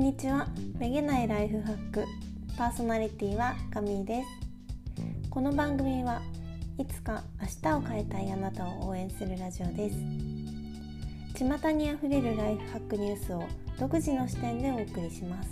にちは。めげないライフハックパーソナリティはガミーです。この番組はいつか明日を変えたいあなたを応援するラジオです。巷にあふれるライフハックニュースを独自の視点でお送りします。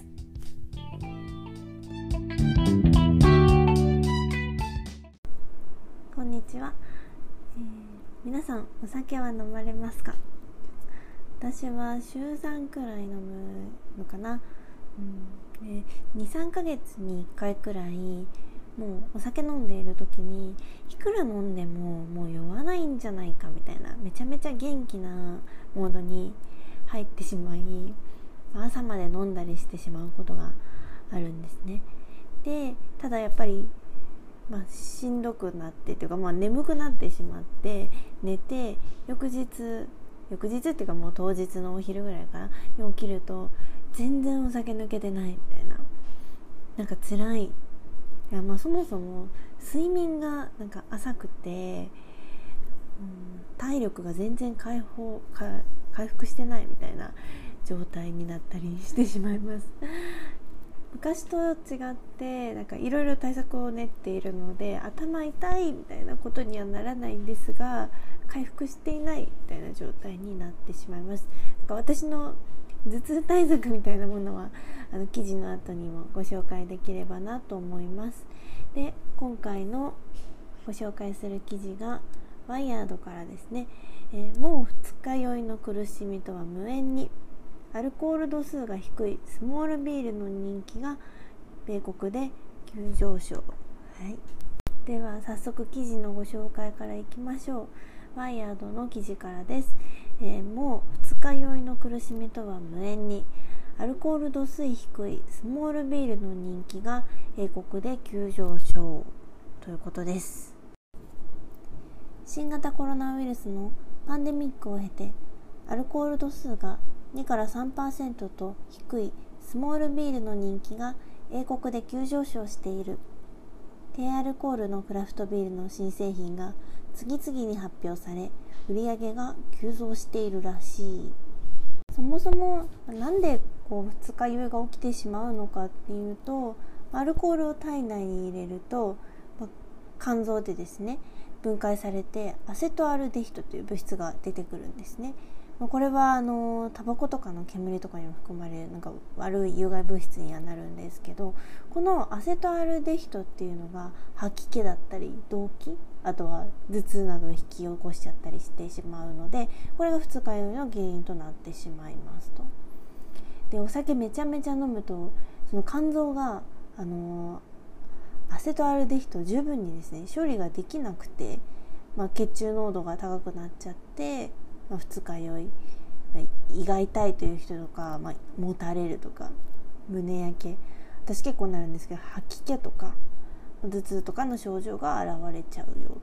こんにちは。皆さんお酒は飲まれますか？私は週3くらい飲むのかな、2、3ヶ月に1回くらいもうお酒飲んでいる時にいくら飲んでもう酔わないんじゃないかみたいな、めちゃめちゃ元気なモードに入ってしまい、朝まで飲んだりしてしまうことがあるんですね。でただやっぱりしんどくなってというか、眠くなってしまって寝て、翌日っていうかもう当日のお昼ぐらいからに起きると全然お酒抜けてないみたいな、なんか辛い。いやそもそも睡眠がなんか浅くて、体力が全然回復してないみたいな状態になったりしてしまいます。昔と違ってなんかいろいろ対策を練っているので頭痛いみたいなことにはならないんですが、回復していないみたいな状態になってしまいます。なんか私の頭痛対策みたいなものは記事の後にもご紹介できればなと思います。で今回のご紹介する記事がワイヤードからですね。もう二日酔いの苦しみとは無縁に、アルコール度数が低いスモールビールの人気が米国で急上昇。では早速記事のご紹介からいきましょう。ワイヤードの記事からです。もう二日酔いの苦しみとは無縁に、アルコール度数低いスモールビールの人気が米国で急上昇ということです。新型コロナウイルスのパンデミックを経て、アルコール度数が2から 3% と低いスモールビールの人気が英国で急上昇している。低アルコールのクラフトビールの新製品が次々に発表され、売り上げが急増しているらしい。そもそもなんで二日酔いが起きてしまうのかっていうと、アルコールを体内に入れると、肝臓でですね分解されてアセトアルデヒドという物質が出てくるんですね。これはタバコとかの煙とかにも含まれるなんか悪い有害物質にはなるんですけど、このアセトアルデヒドっていうのが吐き気だったり動悸、あとは頭痛などを引き起こしちゃったりしてしまうので、これが二日酔いの原因となってしまいますと。でお酒めちゃめちゃ飲むとその肝臓がアセトアルデヒド十分にですね処理ができなくて、血中濃度が高くなっちゃって二日酔い、胃が痛いという人とか、もたれるとか胸焼け、私結構なるんですけど吐き気とか頭痛とかの症状が現れちゃうよと。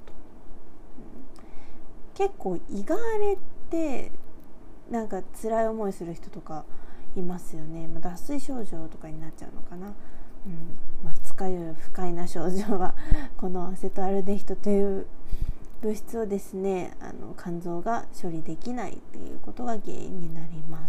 結構胃が荒れってなんか辛い思いする人とかいますよね。脱水症状とかになっちゃうのかな。二日酔い不快な症状はこのアセトアルデヒドという物質をですね肝臓が処理できないっていうことが原因になります。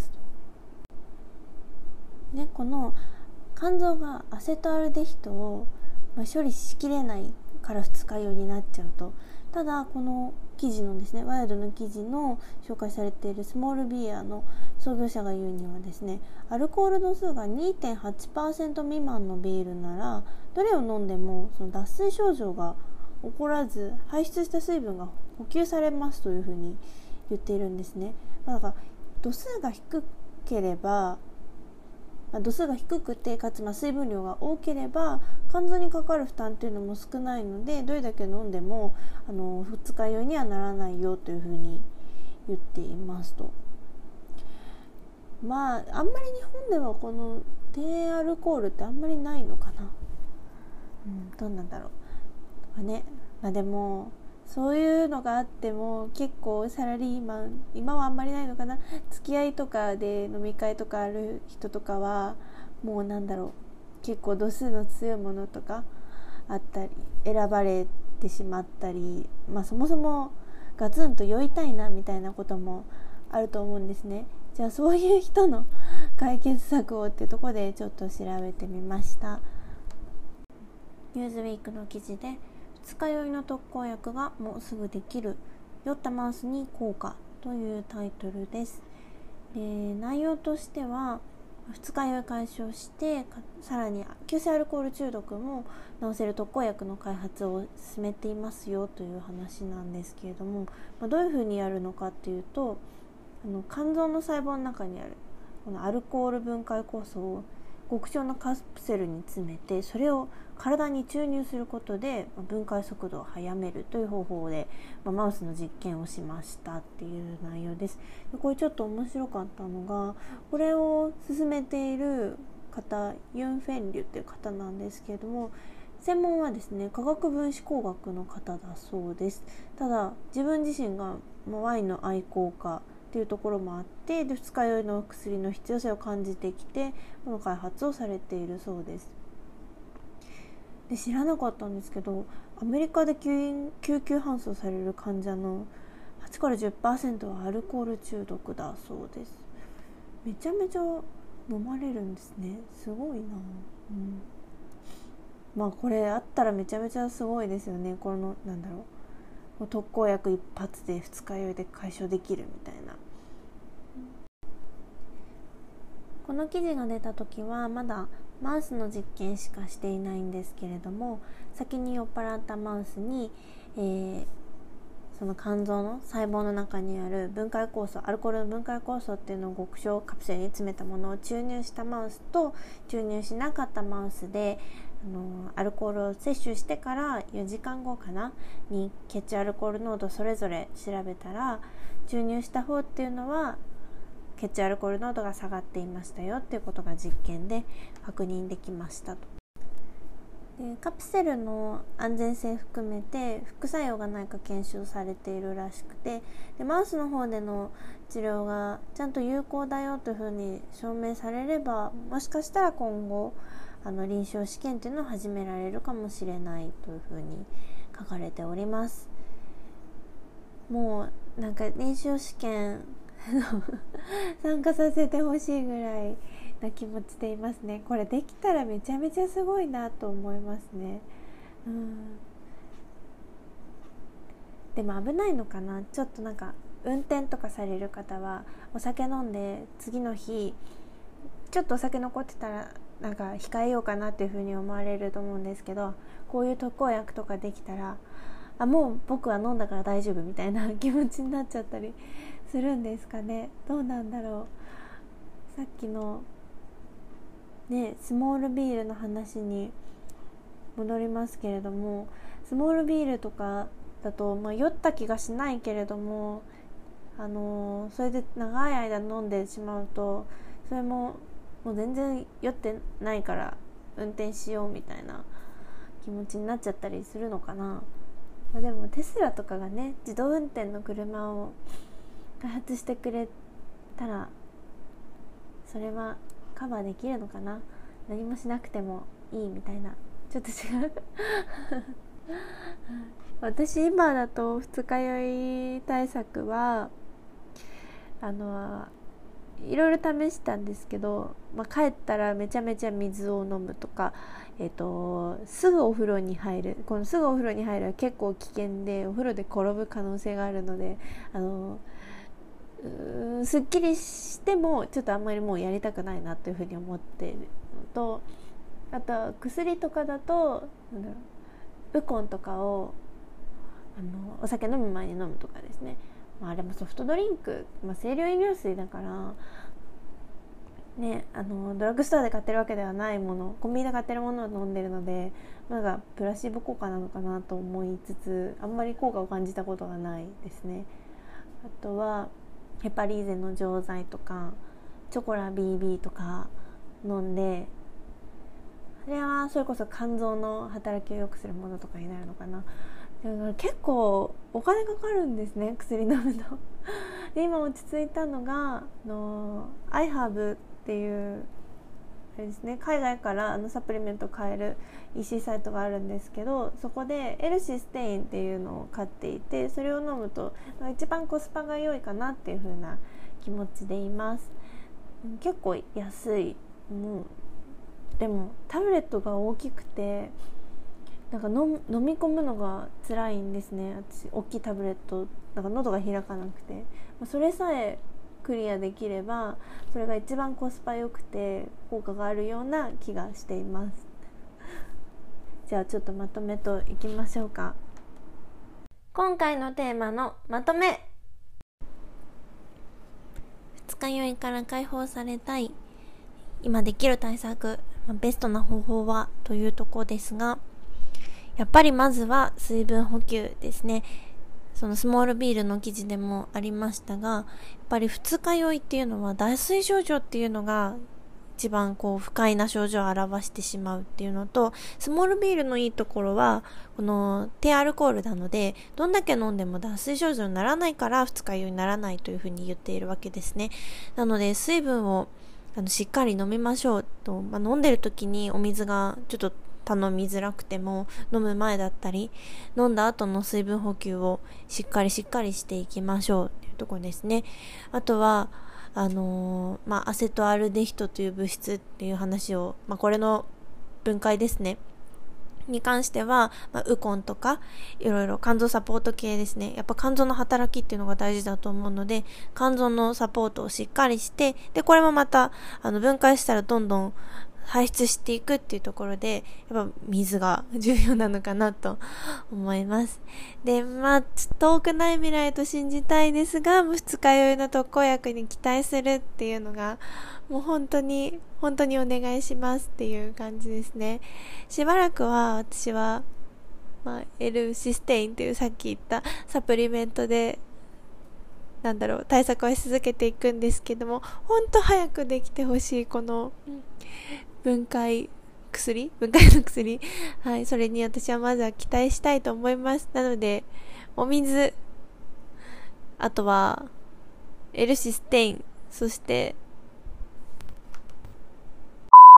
でこの肝臓がアセトアルデヒドを処理しきれないから二日酔いになっちゃうと、ただこの記事のですねワイヤードの記事の紹介されているスモールビアの創業者が言うにはですね、アルコール度数が 2.8% 未満のビールならどれを飲んでもその脱水症状が起こらず排出した水分が補給されますというふうに言っているんですね。だから度数が低くてかつ水分量が多ければ肝臓にかかる負担というのも少ないので、どれだけ飲んでも二日酔いにはならないよというふうに言っていますと。あんまり日本ではこの低アルコールってあんまりないのかな。どうなんだろうでもそういうのがあっても結構サラリーマン今はあんまりないのかな、付き合いとかで飲み会とかある人とかはもう結構度数の強いものとかあったり選ばれてしまったり、そもそもガツンと酔いたいなみたいなこともあると思うんですね。 じゃあそういう人の解決策をっていうところでちょっと調べてみました。ニューズウィークの記事で二日酔いの特効薬がもうすぐできる、酔ったマウスに効果というタイトルです。で、内容としては二日酔い解消してさらに急性アルコール中毒も治せる特効薬の開発を進めていますよという話なんですけれども、どういうふうにやるのかっていうと、肝臓の細胞の中にあるこのアルコール分解酵素を極小のカプセルに詰めて、それを体に注入することで分解速度を速めるという方法でマウスの実験をしましたっていう内容です。でこれちょっと面白かったのが、これを進めている方、ユン・フェンリュっていう方なんですけれども、専門はですね化学分子工学の方だそうです。ただ自分自身がワインの愛好家っていうところもあって、で二日酔いの薬の必要性を感じてきてこの開発をされているそうです。で知らなかったんですけど、アメリカで救急搬送される患者の8から 10% はアルコール中毒だそうです。めちゃめちゃ飲まれるんですね。すごいな、これあったらめちゃめちゃすごいですよね。この特効薬一発で二日酔いで解消できるみたいな。この記事が出た時はまだマウスの実験しかしていないんですけれども、先に酔っ払ったマウスに、その肝臓の細胞の中にある分解酵素、アルコールの分解酵素っていうのを極小カプセルに詰めたものを注入したマウスと注入しなかったマウスでアルコールを摂取してから4時間後かなに血中アルコール濃度それぞれ調べたら、注入した方っていうのは血中アルコール濃度が下がっていましたよっていうことが実験で確認できましたと。でカプセルの安全性含めて副作用がないか検証されているらしくて、でマウスの方での治療がちゃんと有効だよというふうに証明されれば、もしかしたら今後臨床試験というのを始められるかもしれないというふうに書かれております。もう臨床試験参加させてほしいぐらいな気持ちでいますね。これできたらめちゃめちゃすごいなと思いますね。でも危ないのかな。ちょっと運転とかされる方はお酒飲んで次の日ちょっとお酒残ってたら控えようかなっていうふうに思われると思うんですけど、こういう特効薬とかできたらもう僕は飲んだから大丈夫みたいな気持ちになっちゃったりするんですかね。どうなんだろう。さっきのねスモールビールの話に戻りますけれども、スモールビールとかだと、酔った気がしないけれどもそれで長い間飲んでしまうと、それもう全然酔ってないから運転しようみたいな気持ちになっちゃったりするのかな。でもテスラとかがね自動運転の車を開発してくれたらそれはカバーできるのかな。何もしなくてもいいみたいな、ちょっと違う私今だと二日酔い対策はいろいろ試したんですけど、帰ったらめちゃめちゃ水を飲むとか、すぐお風呂に入る。このすぐお風呂に入るは結構危険で、お風呂で転ぶ可能性があるので、すっきりしてもちょっとあんまりもうやりたくないなというふうに思っているのと、あと薬とかだとウコンとかをお酒飲む前に飲むとかですね。あれもソフトドリンク、清涼飲料水だからね、ドラッグストアで買ってるわけではないもの、コンビニで買ってるものを飲んでるので、プラシーボ効果なのかなと思いつつ、あんまり効果を感じたことがないですね。あとはヘパリーゼの錠剤とかチョコラ BB とか飲んで、あれはそれこそ肝臓の働きを良くするものとかになるのかな。だから結構お金かかるんですね、薬飲むとで今落ち着いたのがiHerb っていうあれですね、海外からサプリメントを買える EC サイトがあるんですけど、そこでエルシステインっていうのを買っていて、それを飲むと一番コスパが良いかなっていう風な気持ちでいます。結構安い。でもタブレットが大きくてなんか飲み込むのが辛いんですね。私大きいタブレットなんか喉が開かなくて、それさえクリアできればそれが一番コスパ良くて効果があるような気がしています。じゃあちょっとまとめといきましょうか。今回のテーマのまとめ。二日酔いから解放されたい今できる対策、ベストな方法はというところですが、やっぱりまずは水分補給ですね。そのスモールビールの記事でもありましたが、やっぱり二日酔いっていうのは脱水症状っていうのが一番不快な症状を表してしまうっていうのと、スモールビールのいいところはこの低アルコールなのでどんだけ飲んでも脱水症状にならないから二日酔いにならないというふうに言っているわけですね。なので水分をしっかり飲みましょうと、飲んでる時にお水がちょっと頼みづらくても飲む前だったり飲んだ後の水分補給をしっかりしていきましょうっていうところですね。あとはアセトアルデヒドという物質っていう話を、これの分解ですねに関しては、ウコンとかいろいろ肝臓サポート系ですね。やっぱ肝臓の働きっていうのが大事だと思うので、肝臓のサポートをしっかりして、でこれもまた分解したらどんどん排出していくっていうところで、やっぱ水が重要なのかなと思います。で、遠くない未来と信じたいですが、二日酔いの特効薬に期待するっていうのがもう本当にお願いしますっていう感じですね。しばらくは私はL システインというさっき言ったサプリメントで対策はし続けていくんですけども、本当早くできてほしいこの分解の薬、はい、それに私はまずは期待したいと思います。なのでお水、あとはL システイン、そして